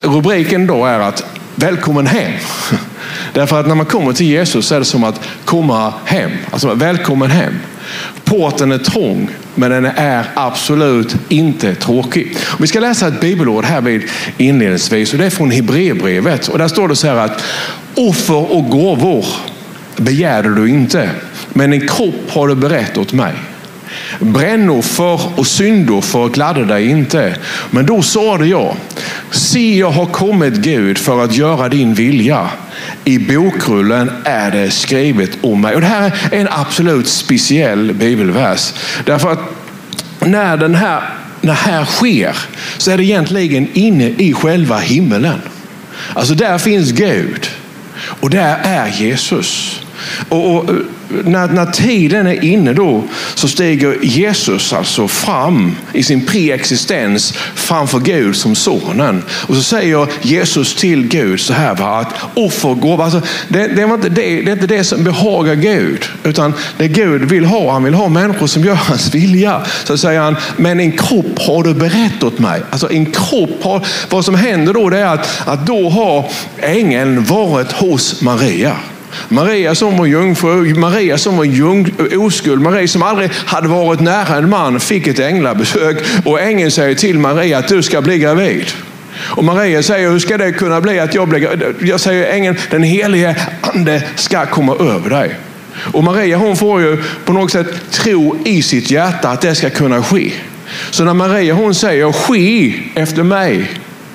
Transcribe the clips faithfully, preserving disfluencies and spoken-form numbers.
rubriken då är att välkommen hem. Därför att när man kommer till Jesus så är det som att komma hem. Alltså välkommen hem. Porten är trång, men den är absolut inte tråkig. Och vi ska läsa ett bibelord här vid inledningsvis, och det är från Hebreerbrevet. Och där står det så här att offer och gåvor begärde du inte, men en kropp har du berett åt mig. Brännoffer och syndoffer gladde dig inte, men då sade jag: se, jag har kommit, Gud, för att göra din vilja. I bokrullen är det skrivet om mig. Och det här är en absolut speciell bibelvers. Därför att när den här, när här sker så är det egentligen inne i själva himmelen. Alltså där finns Gud och där är Jesus. Och, och när, när tiden är inne då så stiger Jesus alltså fram i sin preexistens framför Gud som sonen. Och så säger Jesus till Gud så här, va, att offergåva, alltså, det, det, är inte det, det är inte det som behagar Gud, utan det Gud vill ha, han vill ha människor som gör hans vilja. Så säger han, men en kropp har du berett åt mig. Alltså en kropp har, vad som händer då det är att, att då har ängeln varit hos Maria. Maria som var jungfru, Maria som var jung, oskuld, Maria som aldrig hade varit nära en man fick ett änglabesök, och ängeln säger till Maria att du ska bli gravid. Och Maria säger, hur ska det kunna bli att jag blir gravid? Jag säger ängeln, den helige ande ska komma över dig. Och Maria, hon får ju på något sätt tro i sitt hjärta att det ska kunna ske. Så när Maria, hon säger, ske efter mig,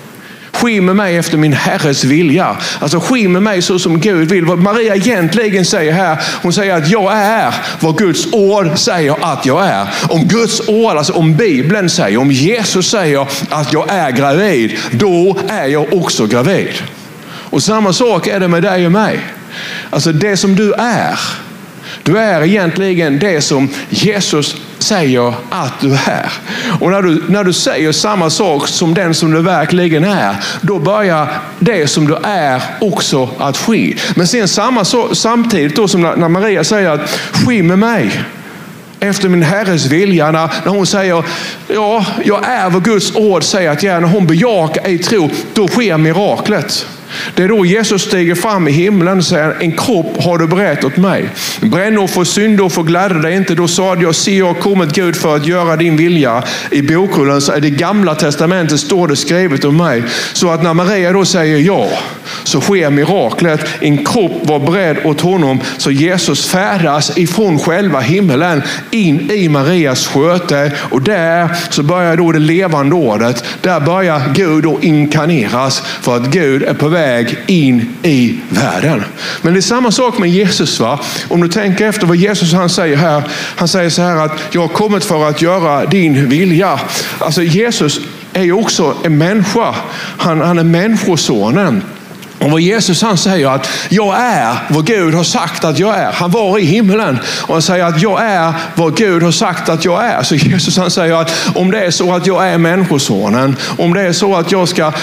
ske med mig efter min Herres vilja. Alltså ske med mig så som Gud vill. Vad Maria egentligen säger här, hon säger att jag är vad Guds ord säger att jag är. Om Guds ord, alltså om Bibeln säger, om Jesus säger att jag är gravid, då är jag också gravid. Och samma sak är det med dig och mig. Alltså det som du är, du är egentligen det som Jesus säger att du är. Och när du, när du säger samma sak som den som du verkligen är, då börjar det som du är också att ske. Men sen samma så, samtidigt då som när, när Maria säger att ske med mig efter min Herres vilja, när, när hon säger ja, jag är vad Guds ord säger att jag är, när hon bejakar i tro, då sker miraklet. Det är då Jesus stiger fram i himlen och säger, en kropp har du berett åt mig. Brännoffer och syndoffer gladde dig inte. Då sa jag, se, jag har kommit, Gud, för att göra din vilja. I bokrullen så är det gamla testamentet står det skrivet om mig. Så att när Maria då säger ja, så sker miraklet. En kropp var beredd åt honom, så Jesus färdas ifrån själva himmelen in i Marias sköte, och där så börjar då det levande ordet. Där börjar Gud då inkarneras, för att Gud är på väg in i världen. Men det är samma sak med Jesus, va? Om du tänker efter vad Jesus han säger här. Han säger så här att jag har kommit för att göra din vilja. Alltså Jesus är ju också en människa. Han, han är människosonen. Och vad Jesus han säger att jag är vad Gud har sagt att jag är. Han var i himlen och han säger att jag är vad Gud har sagt att jag är. Så Jesus han säger att om det är så att jag är människosonen, om det är så att jag ska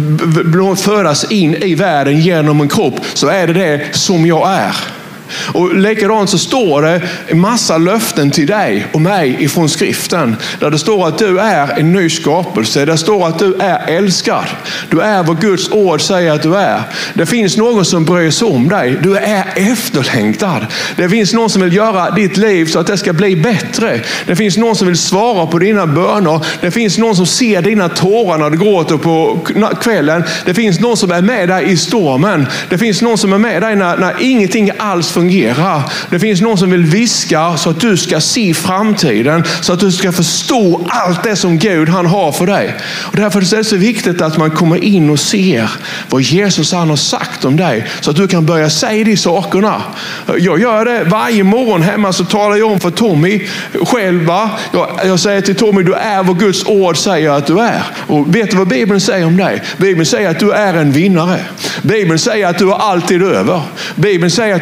födas in i världen genom en kropp, så är det det som jag är. Och likadant så står det en massa löften till dig och mig ifrån skriften, där det står att du är en ny skapelse. Det står att du är älskad. Du är vad Guds ord säger att du är. Det finns någon som bryr sig om dig. Du är efterlängtad. Det finns någon som vill göra ditt liv så att det ska bli bättre. Det finns någon som vill svara på dina böner. Det finns någon som ser dina tårar när du gråter på kvällen. Det finns någon som är med dig i stormen. Det finns någon som är med dig när, när ingenting alls fungerar. Det finns någon som vill viska så att du ska se framtiden, så att du ska förstå allt det som Gud han har för dig. Och därför är det så viktigt att man kommer in och ser vad Jesus han har sagt om dig, så att du kan börja säga de sakerna. Jag gör det varje morgon hemma, så talar jag om för Tommy själva. Jag, jag säger till Tommy, du är vad Guds ord säger att du är. Och vet du vad Bibeln säger om dig? Bibeln säger att du är en vinnare. Bibeln säger att du är alltid över. Bibeln säger att du är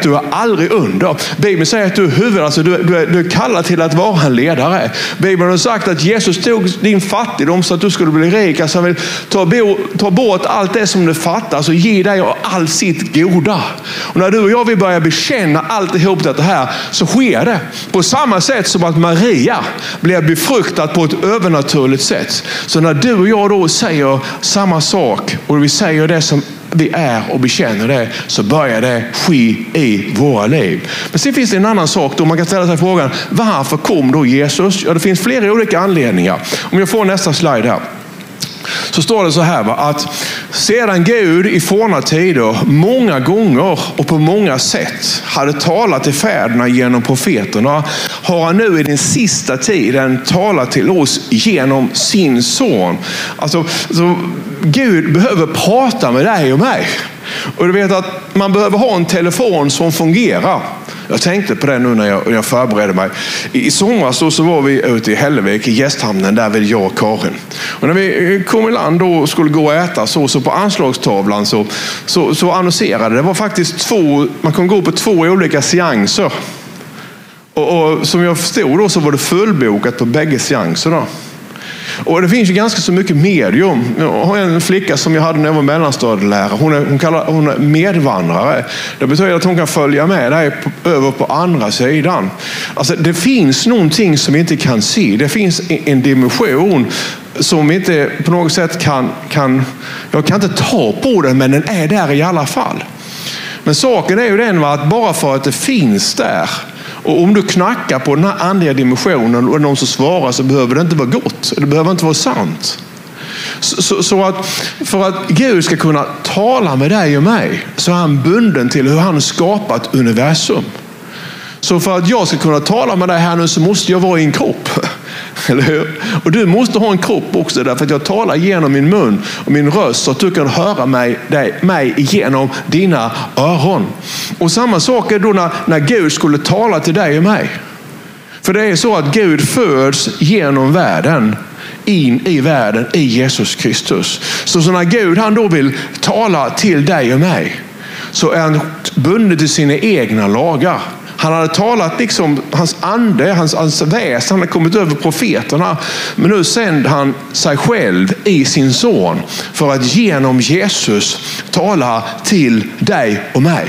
aldrig under. Bibeln säger att du är huvud, alltså du, du, är, du är kallad till att vara en ledare. Bibeln har sagt att Jesus tog din fattigdom så att du skulle bli rik. Alltså han vill ta, bo, ta bort allt det som du fattar och ge dig allt sitt goda. Och när du och jag vill börja bekänna allt ihop det här, så sker det. På samma sätt som att Maria blev befruktad på ett övernaturligt sätt. Så när du och jag då säger samma sak och vi säger det som vi är och bekänner det, så börjar det ske i våra liv. Men sen finns det en annan sak då man kan ställa sig frågan, varför kom då Jesus? Ja, det finns flera olika anledningar. Om jag får nästa slide här. Så står det så här, va, att sedan Gud i forna tider många gånger och på många sätt hade talat till fäderna genom profeterna, har han nu i den sista tiden talat till oss genom sin son. Alltså, så Gud behöver prata med dig och mig. Och du vet att man behöver ha en telefon som fungerar. Jag tänkte på det nu när jag, jag förberedde mig. I somras så, så var vi ute i Hällevik i gästhamnen, där vill jag och Karin. Och när vi kom i land och skulle gå och äta så, så på anslagstavlan så, så, så annonserade det. var faktiskt två, man kan gå på två olika seanser. Och, och som jag förstod då så var det fullbokat på bägge seanserna. Och det finns ju ganska så mycket medium. Jag har en flicka som jag hade när jag var mellanstadielärare. Hon är, hon kallar, hon är medvandrare. Det betyder att hon kan följa med dig på, över på andra sidan. Alltså, det finns någonting som vi inte kan se. Det finns en dimension som vi inte på något sätt kan, kan... Jag kan inte ta på den, men den är där i alla fall. Men saken är ju den att bara för att det finns där, och om du knackar på den här andliga dimensionen och någon som svarar, så behöver det inte vara gott. Det behöver inte vara sant. Så, så, så att för att Gud ska kunna tala med dig och mig, så är han bunden till hur han skapat universum. Så för att jag ska kunna tala med dig här nu, så måste jag vara i en kropp. Eller hur? Och du måste ha en kropp också, därför att jag talar genom min mun och min röst, så att du kan höra mig, dig, mig genom dina öron. Och samma sak är då när, när Gud skulle tala till dig och mig. För det är så att Gud föds genom världen, in i världen i Jesus Kristus. Så, så när Gud han då vill tala till dig och mig, så är han bunden till sina egna lagar. Han hade talat liksom hans ande, hans, hans väsen, han hade kommit över profeterna. Men nu sänder han sig själv i sin son för att genom Jesus tala till dig och mig.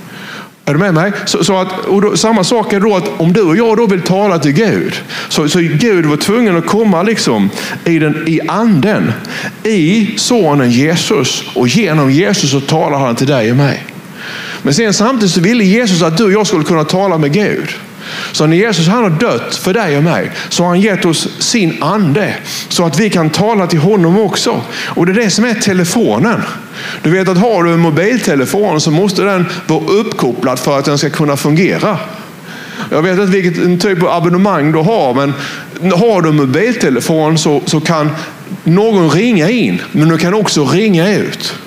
Är du med mig? Så, så att, och då, samma sak är då att om du och jag då vill tala till Gud, så, så Gud var tvungen att komma liksom i, den, i anden, i sonen Jesus, och genom Jesus så talar han till dig och mig. Men sen samtidigt så ville Jesus att du och jag skulle kunna tala med Gud. Så när Jesus han har dött för dig och mig, så har han gett oss sin ande, så att vi kan tala till honom också. Och det är det som är telefonen. Du vet att har du en mobiltelefon, så måste den vara uppkopplad för att den ska kunna fungera. Jag vet inte vilket typ av abonnemang du har, men har du en mobiltelefon så, så kan någon ringa in, men du kan också ringa ut.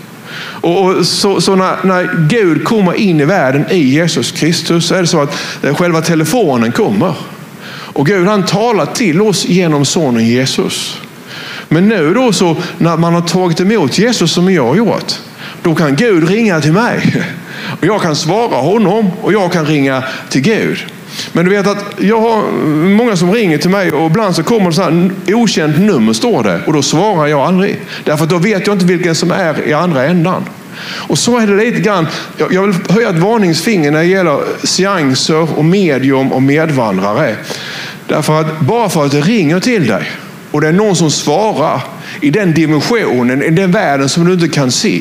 Och så, så när, när Gud kommer in i världen i Jesus Kristus, så är det så att själva telefonen kommer. Och Gud han talar till oss genom sonen Jesus. Men nu då så, när man har tagit emot Jesus som jag har gjort, då kan Gud ringa till mig. Och jag kan svara honom och jag kan ringa till Gud. Men du vet att jag har många som ringer till mig, och ibland så kommer det så här okänt nummer står det, och då svarar jag aldrig. Därför att då vet jag inte vilken som är i andra ändan. Och så är det lite grann, jag vill höja ett varningsfinger när det gäller seanser och medium och medvandrare. Därför att bara för att det ringer till dig och det är någon som svarar i den dimensionen, i den världen som du inte kan se,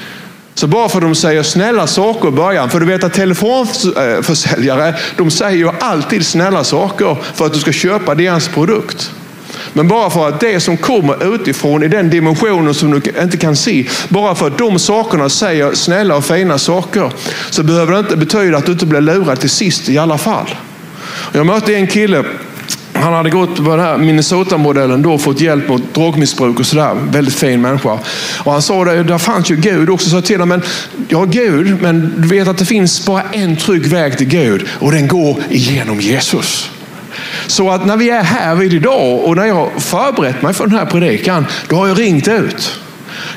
så bara för att de säger snälla saker i början, för du vet att telefonförsäljare, de säger ju alltid snälla saker för att du ska köpa deras produkt. Men bara för att det som kommer utifrån i den dimensionen som du inte kan se, bara för att de sakerna säger snälla och fina saker, så behöver det inte betyda att du inte blir lurad till sist i alla fall. Jag mötte en kille, han hade gått på den här Minnesota-modellen då, fått hjälp mot drogmissbruk och sådär. Väldigt fin människa. Och han sa det, där fanns ju Gud också. Så till men ja Gud, men du vet att det finns bara en trygg väg till Gud, och den går igenom Jesus. Så att när vi är här vid idag, och när jag har förberett mig för den här predikan, då har jag ringt ut.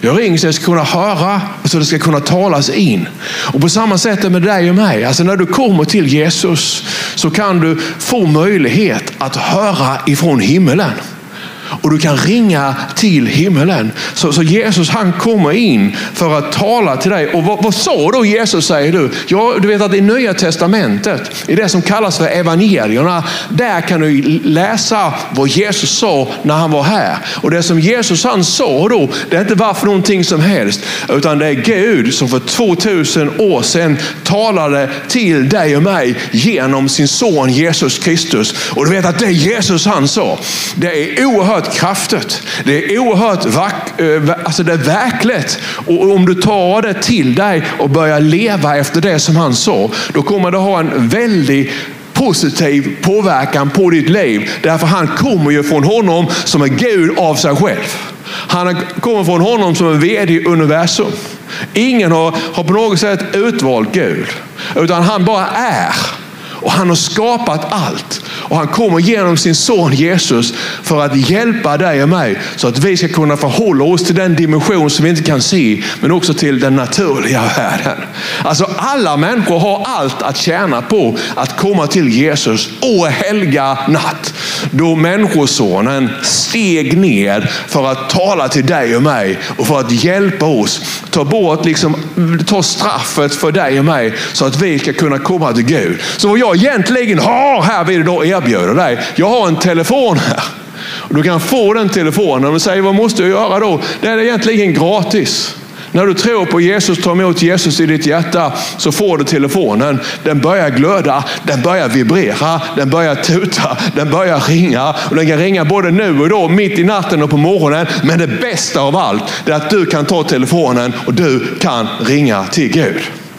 Jag ringer så jag ska kunna höra och så det ska kunna talas in. Och på samma sätt är med dig och mig. Alltså när du kommer till Jesus så kan du få möjlighet att höra ifrån himmelen. Och du kan ringa till himmelen. Så, så Jesus han kommer in för att tala till dig. Och vad, vad sa då Jesus, säger du? Ja, du vet att i Nya Testamentet, i det som kallas för evangelierna, där kan du läsa vad Jesus sa när han var här. Och det som Jesus han sa då, det är inte bara för någonting som helst, utan det är Gud som för tvåtusen år sedan talade till dig och mig genom sin son Jesus Kristus. Och du vet att det Jesus han sa, det är oerhört kraftigt. Det är oerhört vack, alltså det är verkligt. Och om du tar det till dig och börjar leva efter det som han sa, då kommer det ha en väldigt positiv påverkan på ditt liv. Därför han kommer ju från honom som är Gud av sig själv. Han kommer från honom som är vd i universum. Ingen har, har på något sätt utvalt Gud, utan han bara är. Och han har skapat allt. Och han kommer genom sin son Jesus för att hjälpa dig och mig så att vi ska kunna förhålla oss till den dimension som vi inte kan se, men också till den naturliga världen. Alltså alla människor har allt att tjäna på att komma till Jesus. Åh helga natt, då människosonen steg ner för att tala till dig och mig och för att hjälpa oss. Ta bort liksom, ta straffet för dig och mig så att vi ska kunna komma till Gud. Så vad jag egentligen har här vill då erbjuda dig. Jag har en telefon här. Och du kan få den telefonen och säga, vad måste jag göra då? Det är egentligen gratis. När du tror på Jesus, tar emot Jesus i ditt hjärta, så får du telefonen. Den börjar glöda, den börjar vibrera, den börjar tuta, den börjar ringa. Och den kan ringa både nu och då, mitt i natten och på morgonen. Men det bästa av allt är att du kan ta telefonen och du kan ringa till Gud.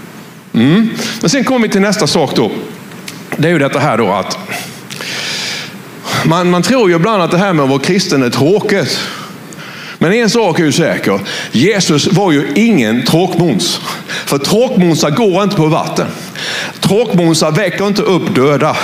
Mm. Men sen kommer vi till nästa sak då. Det är ju detta här då att man, man tror ju ibland att det här med att vara kristen är tråkigt. Men en sak är ju säker. Jesus var ju ingen tråkmåns. För tråkmånsar går inte på vatten. Tråkmånsar väcker inte upp döda.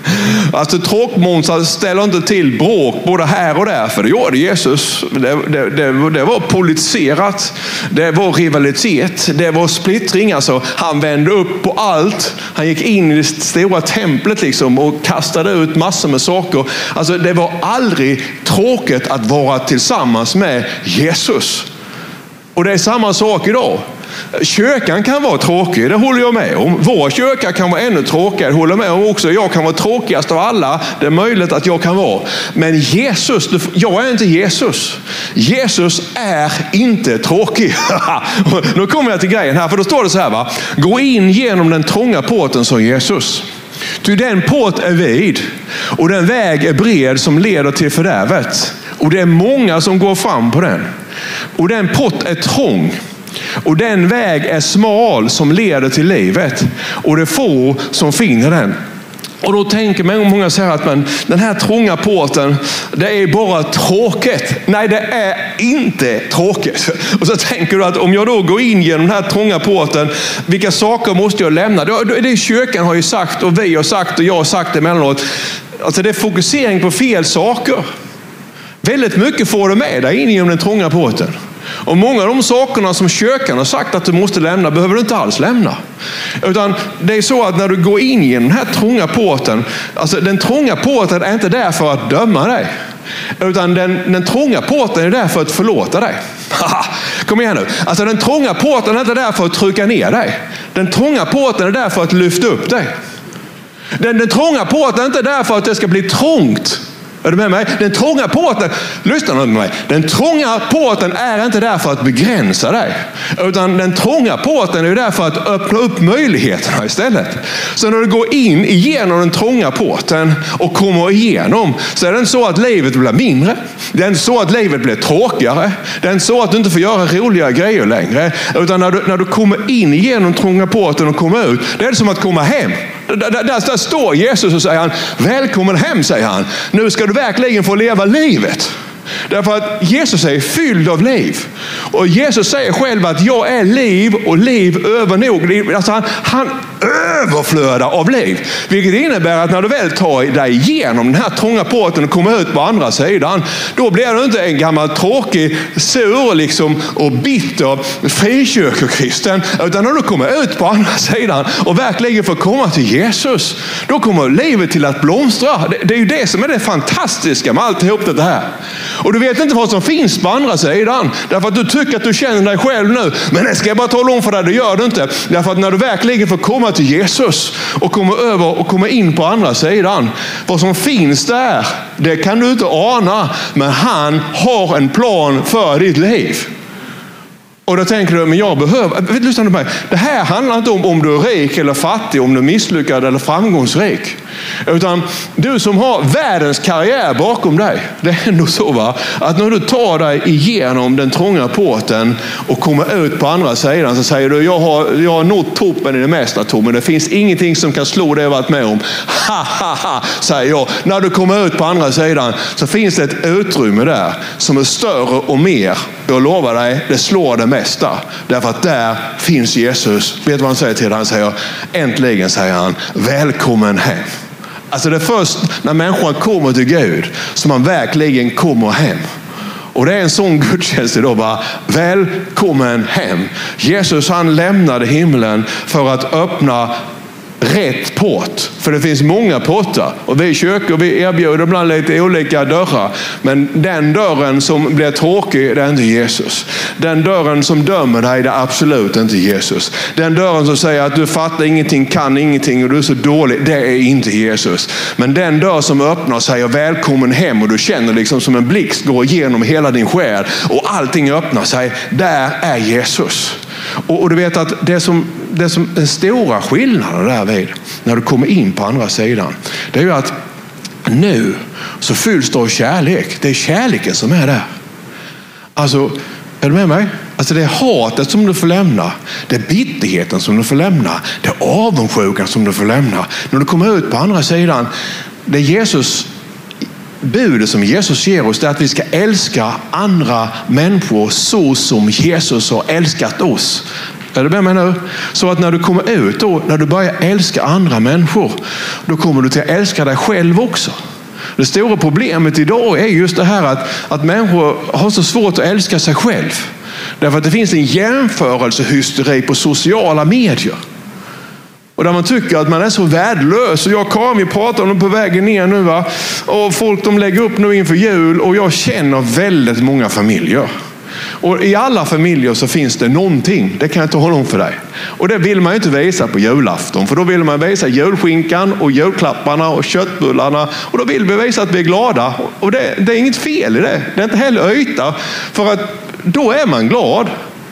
Alltså tråkmånsar ställer inte till bråk både här och där. För det gjorde Jesus. Det, det, det, det var politiserat. Det var rivalitet. Det var splittring. Alltså, han vände upp på allt. Han gick in i det stora templet liksom och kastade ut massor med saker. Alltså det var aldrig tråkigt att vara tillsammans med Jesus. Och det är samma sak idag. Kyrkan kan vara tråkig, det håller jag med om. Vår kyrka kan vara ännu tråkigare, håller med om också. Jag kan vara tråkigast av alla, det är möjligt att jag kan vara. Men Jesus, jag är inte Jesus. Jesus är inte tråkig. Nu kommer jag till grejen här, för då står det så här va. Gå in genom den trånga porten som Jesus. Ty den port är vid och den väg är bred som leder till fördärvet. Och det är många som går fram på den. Och den port är trång. Och den väg är smal som leder till livet. Och det är få som finner den. Och då tänker man, många säger att man, den här trånga porten, det är bara tråkigt. Nej, det är inte tråkigt. Och så tänker du att om jag då går in genom den här trånga porten, vilka saker måste jag lämna? Det, det kyrkan har ju sagt och vi har sagt och jag har sagt emellanåt. Alltså det är fokusering på fel saker. Väldigt mycket får du med dig in genom den trånga porten. Och många av de sakerna som kyrkan har sagt att du måste lämna behöver du inte alls lämna. Utan det är så att när du går in i den här trånga porten, alltså den trånga porten är inte där för att döma dig. Utan den, den trånga porten är där för att förlåta dig. Kom igen nu. Alltså den trånga porten är inte där för att trycka ner dig. Den trånga porten är där för att lyfta upp dig. Den, den trånga porten är inte där för att det ska bli trångt. Är du med mig? Den trånga porten, lyssna nu med mig. Den trånga porten är inte där för att begränsa dig. Utan den trånga porten är där för att öppna upp möjligheterna istället. Så när du går in igenom den trånga porten och kommer igenom, så är det inte så att livet blir mindre. Det är inte så att livet blir tråkigare. Det är inte så att du inte får göra roliga grejer längre. Utan när du, när du kommer in igenom den trånga porten och kommer ut, det är som att komma hem. Där, där, där står Jesus och säger han, välkommen hem, säger han. Nu ska du verkligen få leva livet. Därför att Jesus är fylld av liv. Och Jesus säger själv att jag är liv och liv övernog. Alltså han, han överflödar av liv. Vilket innebär att när du väl tar dig igenom den här trånga porten och kommer ut på andra sidan, då blir du inte en gammal tråkig, sur liksom, och bitter frikyrkokristen. Utan när du kommer ut på andra sidan och verkligen får komma till Jesus, då kommer livet till att blomstra. Det, det är ju det som är det fantastiska med alltihop det här. Och du vet inte vad som finns på andra sidan. Därför att du tycker att du känner dig själv nu. Men det ska jag bara tala om för dig, det gör du inte. Därför att när du verkligen får komma till Jesus och komma över och komma in på andra sidan, vad som finns där, det kan du inte ana. Men han har en plan för ditt liv. Och då tänker du, men jag behöver... Lyssna på mig. Det här handlar inte om om du är rik eller fattig, om du är misslyckad eller framgångsrik. Utan du som har världens karriär bakom dig. Det är ändå så, va? Att när du tar dig igenom den trånga porten och kommer ut på andra sidan, så säger du, jag har, jag har nått toppen i det mesta, Tom. Det finns ingenting som kan slå det jag varit med om. Ha, ha, ha, säger jag. När du kommer ut på andra sidan så finns det ett utrymme där som är större och mer. Jag lovar dig, det slår det mesta. Därför att där finns Jesus. Vet du vad han säger till dig? Han säger, äntligen, säger han, välkommen hem. Alltså det är först när människan kommer till Gud som man verkligen kommer hem. Och det är en sån gudstjänst idag, bara välkommen hem. Jesus, han lämnade himlen för att öppna rätt port. För det finns många portar. Och vi i kyrkor, vi erbjuder ibland lite olika dörrar. Men den dörren som blir tråkig, det är inte Jesus. Den dörren som dömer dig, det är absolut inte Jesus. Den dörren som säger att du fattar ingenting, kan ingenting och du är så dålig, det är inte Jesus. Men den dörr som öppnar och säger välkommen hem, och du känner liksom som en blixt går igenom hela din själ och allting öppnar sig, där är Jesus. Och, och du vet att det som, det som den stora skillnaden där vid, när du kommer in på andra sidan, det är ju att nu så fylls det av kärlek. Det är kärleken som är där. Alltså, är du med mig? Alltså det är hatet som du får lämna. Det är bitterheten som du får lämna. Det är avundsjukan som du får lämna. När du kommer ut på andra sidan, det är Jesus... Budet som Jesus ger oss, det är att vi ska älska andra människor så som Jesus har älskat oss. Är du med mig nu? Så att när du kommer ut då, när du börjar älska andra människor, då kommer du till att älska dig själv också. Det stora problemet idag är just det här att, att människor har så svårt att älska sig själv. Därför att det finns en jämförelsehysteri på sociala medier. Och där man tycker att man är så värdelös. Och jag och Karin, vi pratar om dem på vägen ner nu, va? Och folk de lägger upp nu inför jul. Och jag känner väldigt många familjer. Och i alla familjer så finns det någonting. Det kan jag inte hålla om för dig. Och det vill man ju inte visa på julafton. För då vill man visa julskinkan och julklapparna och köttbullarna. Och då vill vi visa att vi är glada. Och det, det är inget fel i det. Det är inte heller yta. För att då är man glad.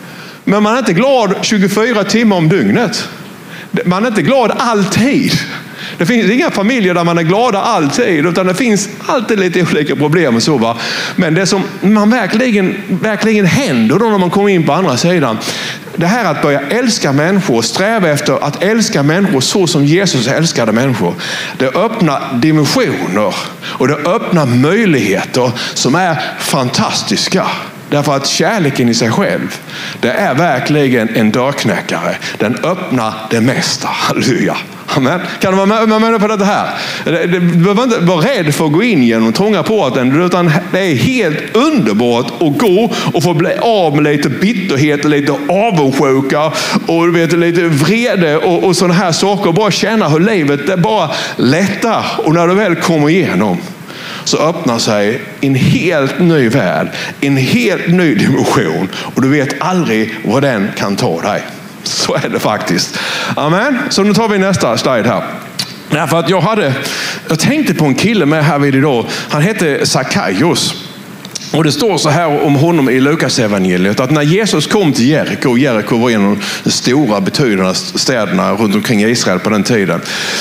Men man är inte glad tjugofyra timmar om dygnet. Man är inte glad alltid. Det finns inga familjer där man är glada alltid, utan det finns alltid lite olika problem och så, va. Men det som man verkligen, verkligen händer då när man kommer in på andra sidan, det här att börja älska människor, sträva efter att älska människor så som Jesus älskade människor. Det öppnar dimensioner och det öppnar möjligheter som är fantastiska. Därför att kärleken i sig själv, det är verkligen en dörrknäckare. Den öppnar det mesta. Halleluja. Amen. Kan du vara med, med på det här? Du behöver inte vara rädd för att gå in genom trånga porten, utan det är helt underbart att gå och få bli av med lite bitterhet och lite avundsjuka och du vet, lite vrede och, och sådana här saker. Och bara känna hur livet det bara lättar. Och när du väl kommer igenom, så öppnar sig en helt ny värld, en helt ny dimension. Och du vet aldrig vad den kan ta dig. Så är det faktiskt. Amen. Så nu tar vi nästa slide här. Därför att jag hade, jag tänkte på en kille med här vid idag. Han hette Sackaios. Och det står så här om honom i Lukas evangeliet, att när Jesus kom till Jeriko, Jeriko var en av de stora betydande städerna runt omkring Israel på den tiden,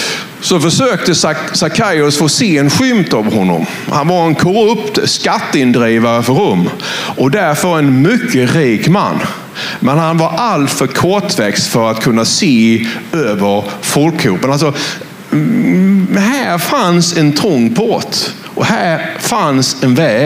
så försökte Sackaios få se en skymt av honom. Han var en korrupt skatteindrivare för Rom och därför en mycket rik man. Men han var alltför kortväxt för att kunna se över folkhopen. Alltså, här fanns en trång port och här fanns en väg.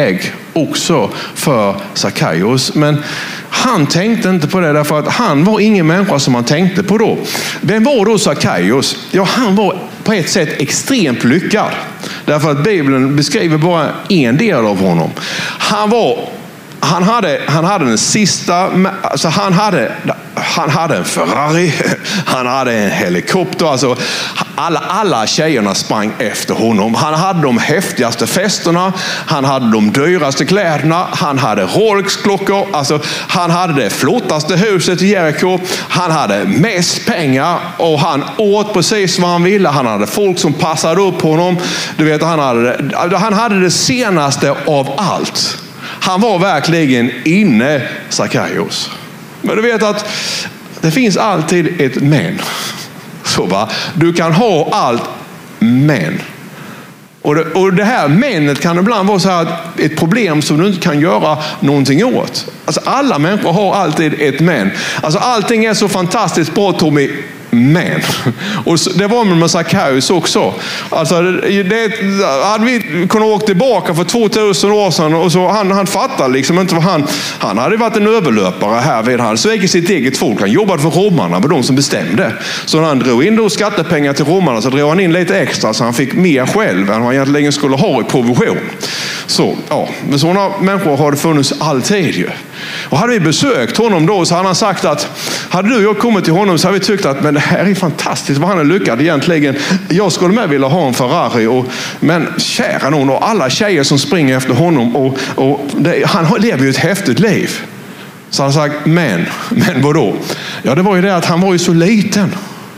också för Sackaios. Men han tänkte inte på det därför att han var ingen människa som han tänkte på då. Vem var då Sackaios? Ja, han var på ett sätt extremt lyckad. Därför att Bibeln beskriver bara en del av honom. Han var Han hade, han hade den sista, alltså han hade, han hade en Ferrari, han hade en helikopter, alltså alla, alla tjejerna sprang efter honom. Han hade de häftigaste festerna, han hade de dyraste kläderna, han hade Rolex-klockor, alltså han hade det flottaste huset i Jericho, han hade mest pengar och han åt precis vad han ville. Han hade folk som passade upp på honom. Du vet, han hade, han hade det senaste av allt. Han var verkligen inne, Sackaios. Men du vet att det finns alltid ett men. Så va? Du kan ha allt, men. Och det, och det här menet kan ibland vara så här ett problem som du inte kan göra någonting åt. Alltså alla människor har alltid ett men. Alltså allting är så fantastiskt bra, Tommy. Men, och det var med Sackaios också. Alltså, det hade vi kunnat åka tillbaka för tvåtusen år sedan och så han, han fattade liksom inte vad han, han hade varit en överlöpare här vid han svek sitt eget folk. Han jobbade för romarna, var de som bestämde. Så när han drog in då skattepengar till romarna så drog han in lite extra så han fick mer själv än vad han egentligen skulle ha i provision. Så, ja, men sådana människor har det funnits alltid ju. Och hade vi besökt honom då så hade han sagt att hade du och jag kommit till honom så hade vi tyckt att men det här är fantastiskt vad han är lyckad egentligen. Jag skulle med vilja ha en Ferrari och, men kära någon och alla tjejer som springer efter honom och, och det, han lever ju ett häftigt liv. Så han sagt men, men vadå? Ja, det var ju det att han var ju så liten.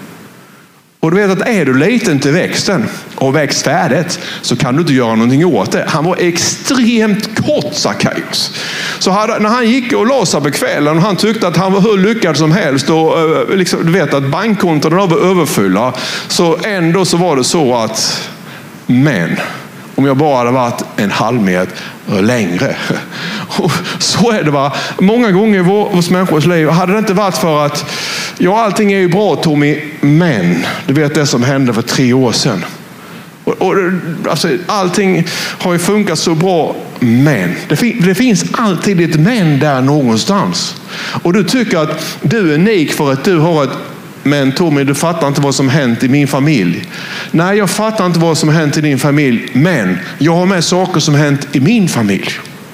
Och du vet att är du liten till växten och växt färdigt så kan du inte göra någonting åt det. Han var extremt kort, Sackaios. Så hade, när han gick och la sig på kvällen och han tyckte att han var hur lyckad som helst och liksom, du vet att bankkontona var överfulla, så ändå så var det så att men om jag bara hade varit en halv meter längre. Och så är det va. Många gånger i vår människors liv hade det inte varit för att ja, allting är ju bra, Tommy, men du vet det som hände för tre år sedan. Och, och, alltså, allting har ju funkat så bra, men det, fin- det finns alltid ett men där någonstans. Och du tycker att du är unik för att du har ett men Tommy, du fattar inte vad som hänt i min familj. Nej, jag fattar inte vad som hänt i din familj, men jag har med saker som hänt i min familj.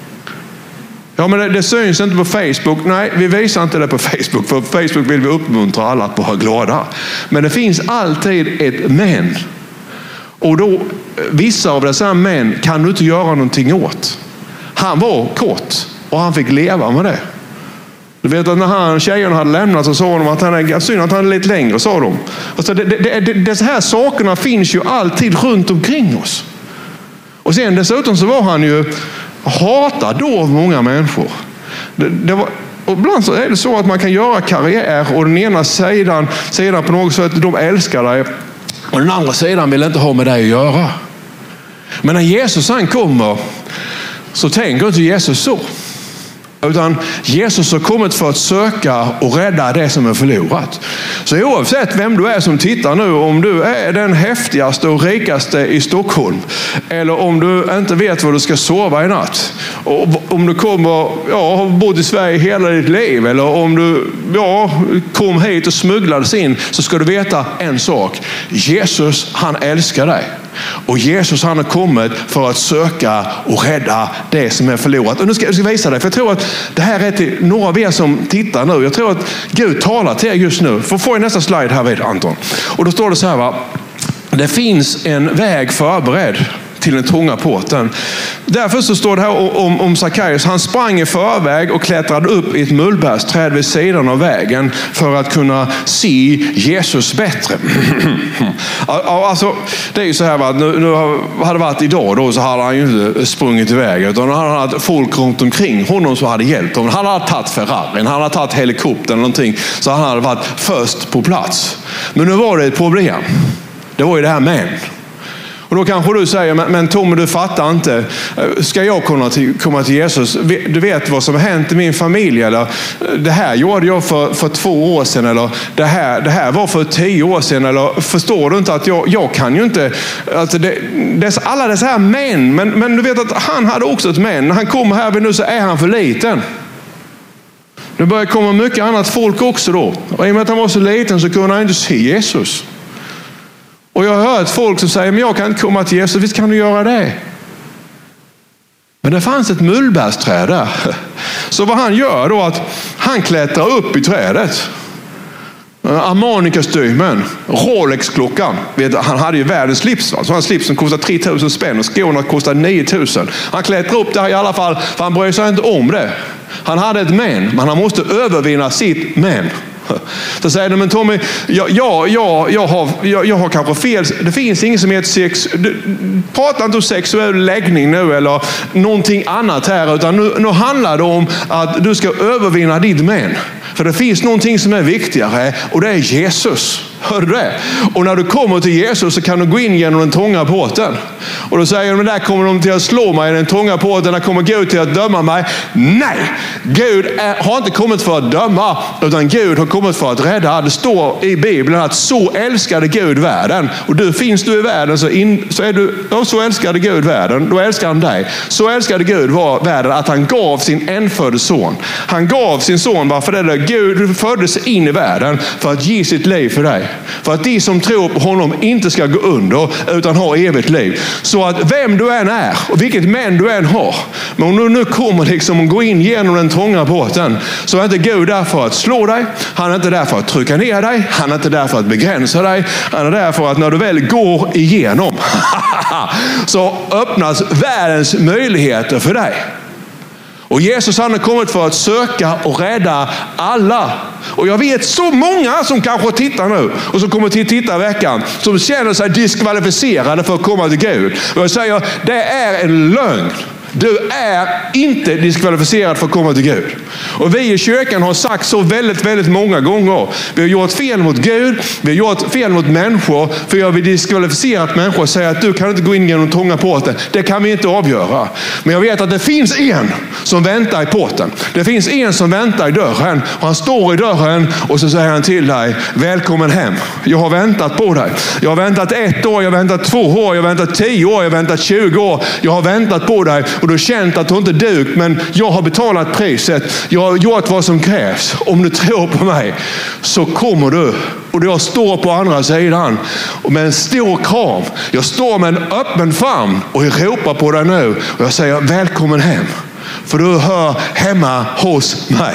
Ja, men det, det syns inte på Facebook. Nej, vi visar inte det på Facebook. För på Facebook vill vi uppmuntra alla att vara glada. Men det finns alltid ett men. Och då, vissa av dessa män kan du inte göra någonting åt. Han var kort och han fick leva med det. Du vet att när han, tjejerna hade lämnat så sa de att han är synd att han är lite längre, sa de. Alltså det, det, det, det här sakerna finns ju alltid runt omkring oss. Och sen dessutom så var han ju hatad då av många människor. Det, det var, och ibland så är det så att man kan göra karriär och den ena sidan, sidan på något sätt de älskar dig och den andra sidan vill inte ha med dig att göra. Men när Jesus han kommer så tänker inte Jesus så. Utan Jesus har kommit för att söka och rädda det som är förlorat. Så oavsett vem du är som tittar nu, om du är den häftigaste och rikaste i Stockholm, eller om du inte vet var du ska sova i natt, och om du kommer, ja, har bott i Sverige hela ditt liv, eller om du ja, kom hit och smugglades in, så ska du veta en sak. Jesus, han älskar dig. Och Jesus han har kommit för att söka och rädda det som är förlorat. Och nu ska jag ska visa dig, för jag tror att det här är till några av er som tittar nu. Jag tror att Gud talar till er just nu. För få nästa slide här vid Anton. Och då står det så här va. Det finns en väg förberedd till den trånga porten. Därför så står det här om, om Sackaios. Han sprang i förväg och klättrade upp i ett mullbärsträd vid sidan av vägen för att kunna se Jesus bättre. Alltså, det är ju så här att nu, nu hade det varit idag då så hade han ju inte sprungit iväg, utan han hade haft folk runt omkring honom som hade hjälpt honom. Han hade tagit Ferrarin, han hade tagit helikoptern eller någonting, så han hade varit först på plats. Men nu var det ett problem. Det var ju det här med. Och då kanske du säger, men, men Tommy, du fattar inte. Ska jag komma till, komma till Jesus? Du vet vad som har hänt i min familj. Eller det här gjorde jag för, för två år sedan. Eller det här, det här var för tio år sedan. Eller förstår du inte att jag, jag kan ju inte... Alltså det, dess, alla dessa här män. Men, men du vet att han hade också ett män. När han kommer här vid nu så är han för liten. Det börjar komma mycket annat folk också då. Och i och med att han var så liten så kunde han inte se Jesus. Och jag har hört folk som säger, men jag kan inte komma till Jesus. Visst kan du göra det? Men det fanns ett mullbärsträd där. Så vad han gör då, att han klättrar upp i trädet. Armani-kostymen, Rolex-klockan. Han hade ju världens slips. Va? Så han slips som kostar tre tusen spänn och skorna kostar nio tusen. Han klättrar upp där i alla fall, för han bryr sig inte om det. Han hade ett men, men han måste övervinna sitt men. Så säger de, men Tommy, jag, jag, jag, jag, har, jag, jag har kanske fel. Det finns ingen som heter sex. Du, prata inte om sexuell läggning nu eller någonting annat här, utan nu, nu handlar det om att du ska övervinna ditt men. För det finns någonting som är viktigare, och det är Jesus. Hör du det? Och när du kommer till Jesus så kan du gå in genom den trånga porten. Och då säger de, men där kommer de till att slå mig i den trånga porten. Där kommer Gud till att döma mig. Nej! Gud är, har inte kommit för att döma, utan Gud har kommit för att rädda. Det står i Bibeln att så älskade Gud världen. Och du finns du i världen så, in, så är du, ja, så älskade Gud världen. Då älskar han dig. Så älskade Gud var världen att han gav sin enfödde son. Han gav sin son bara för det där Gud föddes in i världen för att ge sitt liv för dig. För att de som tror på honom inte ska gå under utan ha evigt liv. Så att vem du än är och vilket män du än har, men om du nu kommer liksom att gå in genom den trånga porten, så är inte Gud där för att slå dig. Han är inte där för att trycka ner dig. Han är inte där för att begränsa dig. Han är där för att när du väl går igenom så öppnas världens möjligheter för dig. Och Jesus, han har kommit för att söka och rädda alla. Och jag vet så många som kanske tittar nu och som kommer till att titta i veckan, som känner sig diskvalificerade för att komma till Gud. Och jag säger, det är en lögn. Du är inte diskvalificerad för att komma till Gud. Och vi i kyrkan har sagt så väldigt, väldigt många gånger. Vi har gjort fel mot Gud. Vi har gjort fel mot människor. För jag vill diskvalificerat människor och säga att du kan inte gå in genom trånga porten. Det kan vi inte avgöra. Men jag vet att det finns en som väntar i porten. Det finns en som väntar i dörren. Och han står i dörren och så säger han till dig, välkommen hem. Jag har väntat på dig. Jag har väntat ett år, jag har väntat två år, jag har väntat tio år, jag har väntat tjugo år. Jag har väntat på dig. Och du har känt att du inte duk, men jag har betalat priset. Jag har gjort vad som krävs. Om du tror på mig så kommer du. Och jag står på andra sidan och med en stor kram. Jag står med en öppen famn och jag ropar på dig nu. Och jag säger välkommen hem. För du hör hemma hos mig.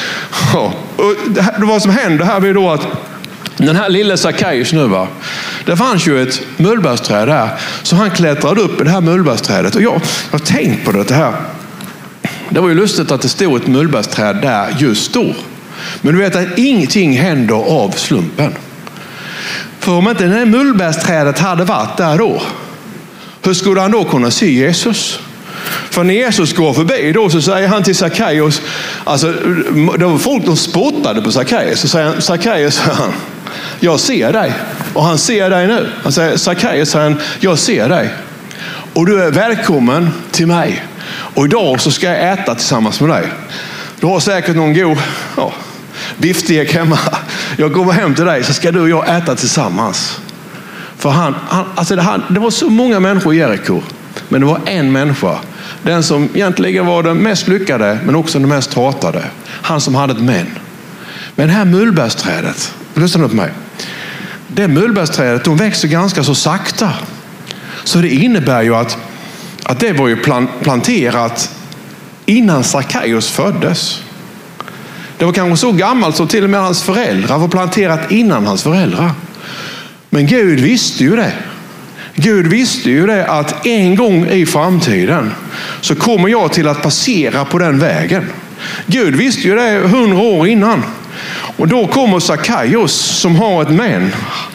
Och det, här, det vad som händer här är då att den här lilla Zacchaeus nu, va, det fanns ju ett mullbärsträd där. Så han klättrade upp i det här mullbärsträdet. Och jag, jag har tänkt på det här. Det var ju lustigt att det stod ett mullbärsträd där just då. Men du vet att ingenting händer av slumpen. För om inte det här mullbärsträdet hade varit där då, hur skulle han då kunna se Jesus? För när Jesus går förbi då så säger han till Zacchaeus, alltså det var folk som spottade på Zacchaeus, så säger han, Zacchaeus, han, jag ser dig. Och han ser dig nu. Han säger, Zacchaeus, han, jag ser dig. Och du är välkommen till mig. Och idag så ska jag äta tillsammans med dig. Du har säkert någon god ja, biffstek hemma. Jag kommer hem till dig så ska du och jag äta tillsammans. För han, han, alltså det, han, det var så många människor i Jeriko. Men det var en människa. Den som egentligen var den mest lyckade men också den mest hatade. Han som hade ett men. Men det här mullbärsträdet, lyssna på mig. Det mullbärsträdet, de växer ganska så sakta. Så det innebär ju att, att det var ju planterat innan Zacchaeus föddes. Det var kanske så gammalt så till och med hans föräldrar var planterat innan hans föräldrar. Men Gud visste ju det. Gud visste ju det att en gång i framtiden så kommer jag till att passera på den vägen. Gud visste ju det hundra år innan. Och då kommer Zacchaeus som har ett men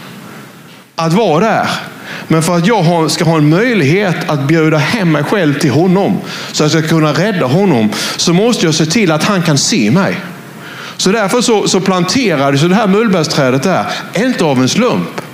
att vara där. Men för att jag ska ha en möjlighet att bjuda hem mig själv till honom så att jag ska kunna rädda honom, så måste jag se till att han kan se mig. Så därför så, så planterades det här mullbärsträdet där, inte av en slump.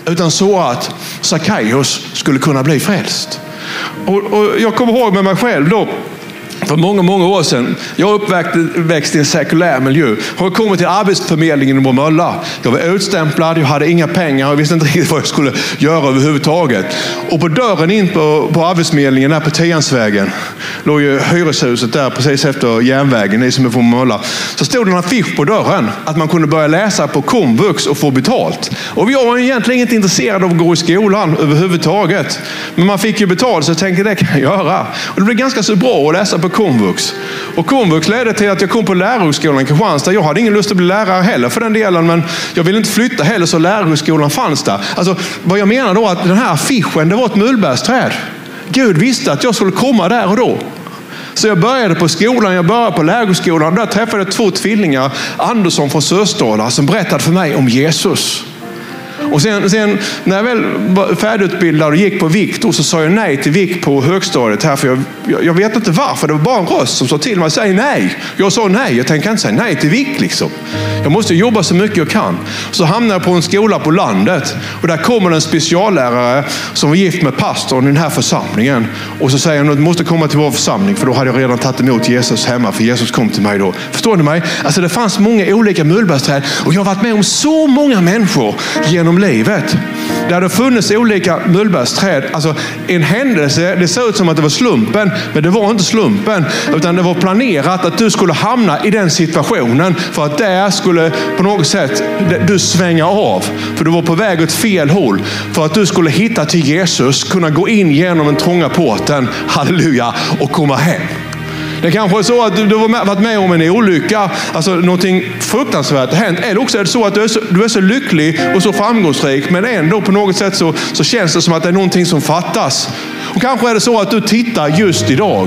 utan så att Zacchaeus skulle kunna bli frälst. Och, och jag kommer ihåg med mig själv då, för många, många år sedan. Jag är uppväxt i en sekulär miljö. Jag kom till arbetsförmedlingen i Bromölla. Jag var utstämplad, jag hade inga pengar och visste inte riktigt vad jag skulle göra överhuvudtaget. Och på dörren in på, på arbetsförmedlingen där på Tiansvägen låg ju hyreshuset där precis efter järnvägen, ni som är från Bromölla. Så stod det en affisch på dörren att man kunde börja läsa på komvux och få betalt. Och jag var egentligen inte intresserad av att gå i skolan överhuvudtaget. Men man fick ju betalt så jag tänkte det kan jag göra. Och det blev ganska så bra att läsa på komvux. Och komvux ledde till att jag kom på lärarhögskolan i Kristianstad. Jag hade ingen lust att bli lärare heller för den delen, men jag ville inte flytta heller så lärarhögskolan fanns där. Alltså, vad jag menar då att den här affischen, det var ett mullbärsträd. Gud visste att jag skulle komma där och då. Så jag började på skolan, jag började på lärarhögskolan. Där träffade jag två tvillingar, Andersson från Sösdala, som berättade för mig om Jesus. Och sen, sen när jag väl var färdigutbildad och gick på vikt, så sa jag nej till vikt på högstadiet här, för jag, jag, jag vet inte varför. Det var bara en röst som sa till mig att säga nej. Jag sa nej, jag tänker inte säga nej till vikt liksom. Jag måste jobba så mycket jag kan. Så hamnade jag på en skola på landet och där kommer en speciallärare som var gift med pastorn i den här församlingen. Och så säger han att du måste komma till vår församling, för då hade jag redan tagit emot Jesus hemma, för Jesus kom till mig då. Förstår ni mig? Alltså det fanns många olika mullbärsträd och jag har varit med om så många människor genom livet. Där det funnits olika mullbärsträd. Alltså en händelse, det såg ut som att det var slumpen, men det var inte slumpen, utan det var planerat att du skulle hamna i den situationen för att där skulle på något sätt du svänga av. För du var på väg åt fel håll för att du skulle hitta till Jesus, kunna gå in genom den trånga porten, halleluja, och komma hem. Det kanske är så att du har varit med om en olycka, alltså någonting fruktansvärt har hänt. Eller också är det så att du är så, du är så lycklig och så framgångsrik, men ändå på något sätt så, så känns det som att det är någonting som fattas. Och kanske är det så att du tittar just idag.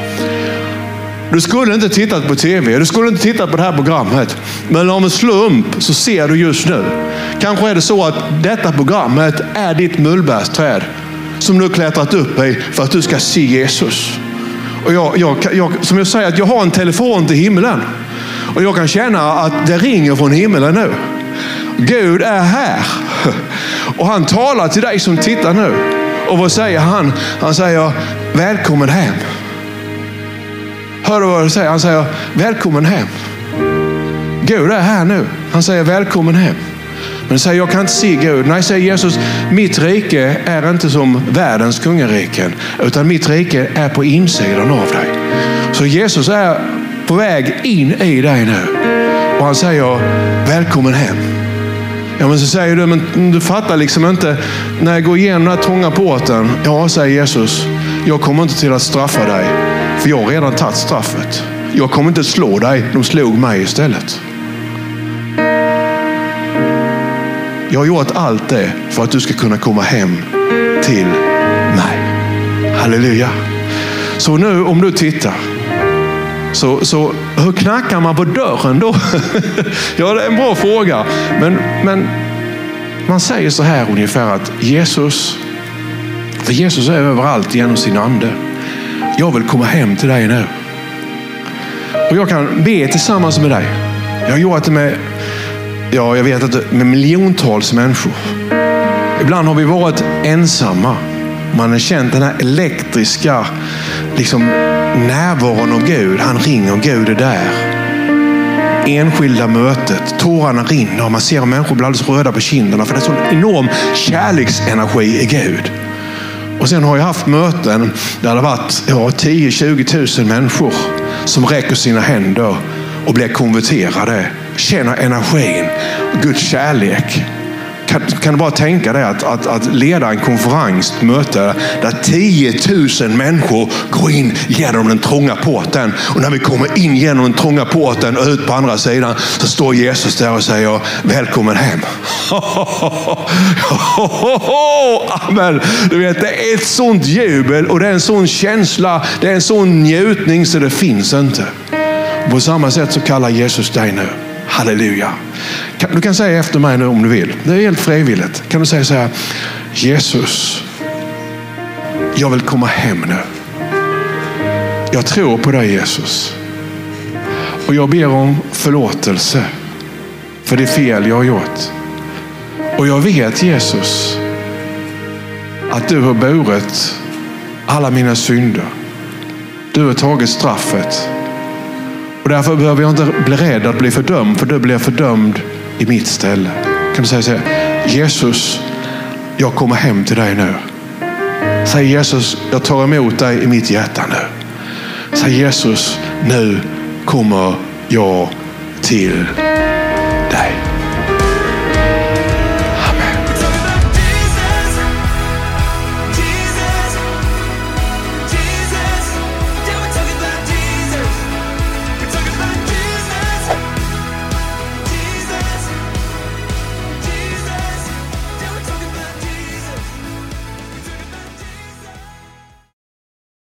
Du skulle inte tittat på tv, du skulle inte tittat på det här programmet. Men om en slump så ser du just nu. Kanske är det så att detta programmet är ditt mullbärsträd som du klättrat upp i för att du ska se Jesus. Och jag, jag, jag, som jag säger, att jag har en telefon till himlen. Och jag kan känna att det ringer från himlen nu. Gud är här. Och han talar till dig som tittar nu. Och vad säger han? Han säger, välkommen hem. Hör du vad han säger? Han säger, välkommen hem. Gud är här nu. Han säger, välkommen hem. Men säger, jag kan inte se Gud. Nej, säger Jesus, mitt rike är inte som världens kungariken, utan mitt rike är på insidan av dig. Så Jesus är på väg in i dig nu. Och han säger, välkommen hem. Ja, men så säger du, men du fattar liksom inte, när jag går igenom den här trånga porten. Ja, säger Jesus, jag kommer inte till att straffa dig, för jag har redan tagit straffet. Jag kommer inte slå dig, de slog mig istället. Jag har gjort allt det för att du ska kunna komma hem till mig. Halleluja. Så nu om du tittar, så, så hur knackar man på dörren då? Ja, det är en bra fråga. Men, men man säger så här ungefär att Jesus, för Jesus är överallt genom sin ande. Jag vill komma hem till dig nu. Och jag kan be tillsammans med dig. Jag har gjort det med Ja, jag vet att med miljontals människor. Ibland har vi varit ensamma. Man har känt den här elektriska liksom, närvaron av Gud. Han ringer, Gud är där. Enskilda mötet, tårarna rinner och man ser människor bli alldeles röda på kinderna. För det är sån enorm kärleksenergi i Gud. Och sen har jag haft möten där det har varit ja, tio till tjugo tusen människor som räcker sina händer och blir konverterade. Känner energin, Guds kärlek. Kan, kan du bara tänka dig att, att, att leda en konferens, ett möte där tio tusen människor går in genom den trånga porten. Och när vi kommer in genom den trånga porten och ut på andra sidan så står Jesus där och säger, välkommen hem. Amen. Du vet, det är ett sånt jubel och det är en sån känsla, det är en sån njutning så det finns inte. På samma sätt så kallar Jesus dig nu. Halleluja. Du kan säga efter mig nu om du vill. Det är helt frivilligt. Kan du säga så här: Jesus, jag vill komma hem nu. Jag tror på dig, Jesus. Och jag ber om förlåtelse för det fel jag har gjort. Och jag vet, Jesus, att du har burit alla mina synder. Du har tagit straffet. Och därför behöver jag inte bli rädd att bli fördömd, för du blir fördömd i mitt ställe. Kan du säga så här: Jesus, jag kommer hem till dig nu. Säg: Jesus, jag tar emot dig i mitt hjärta nu. Säg: Jesus, nu kommer jag till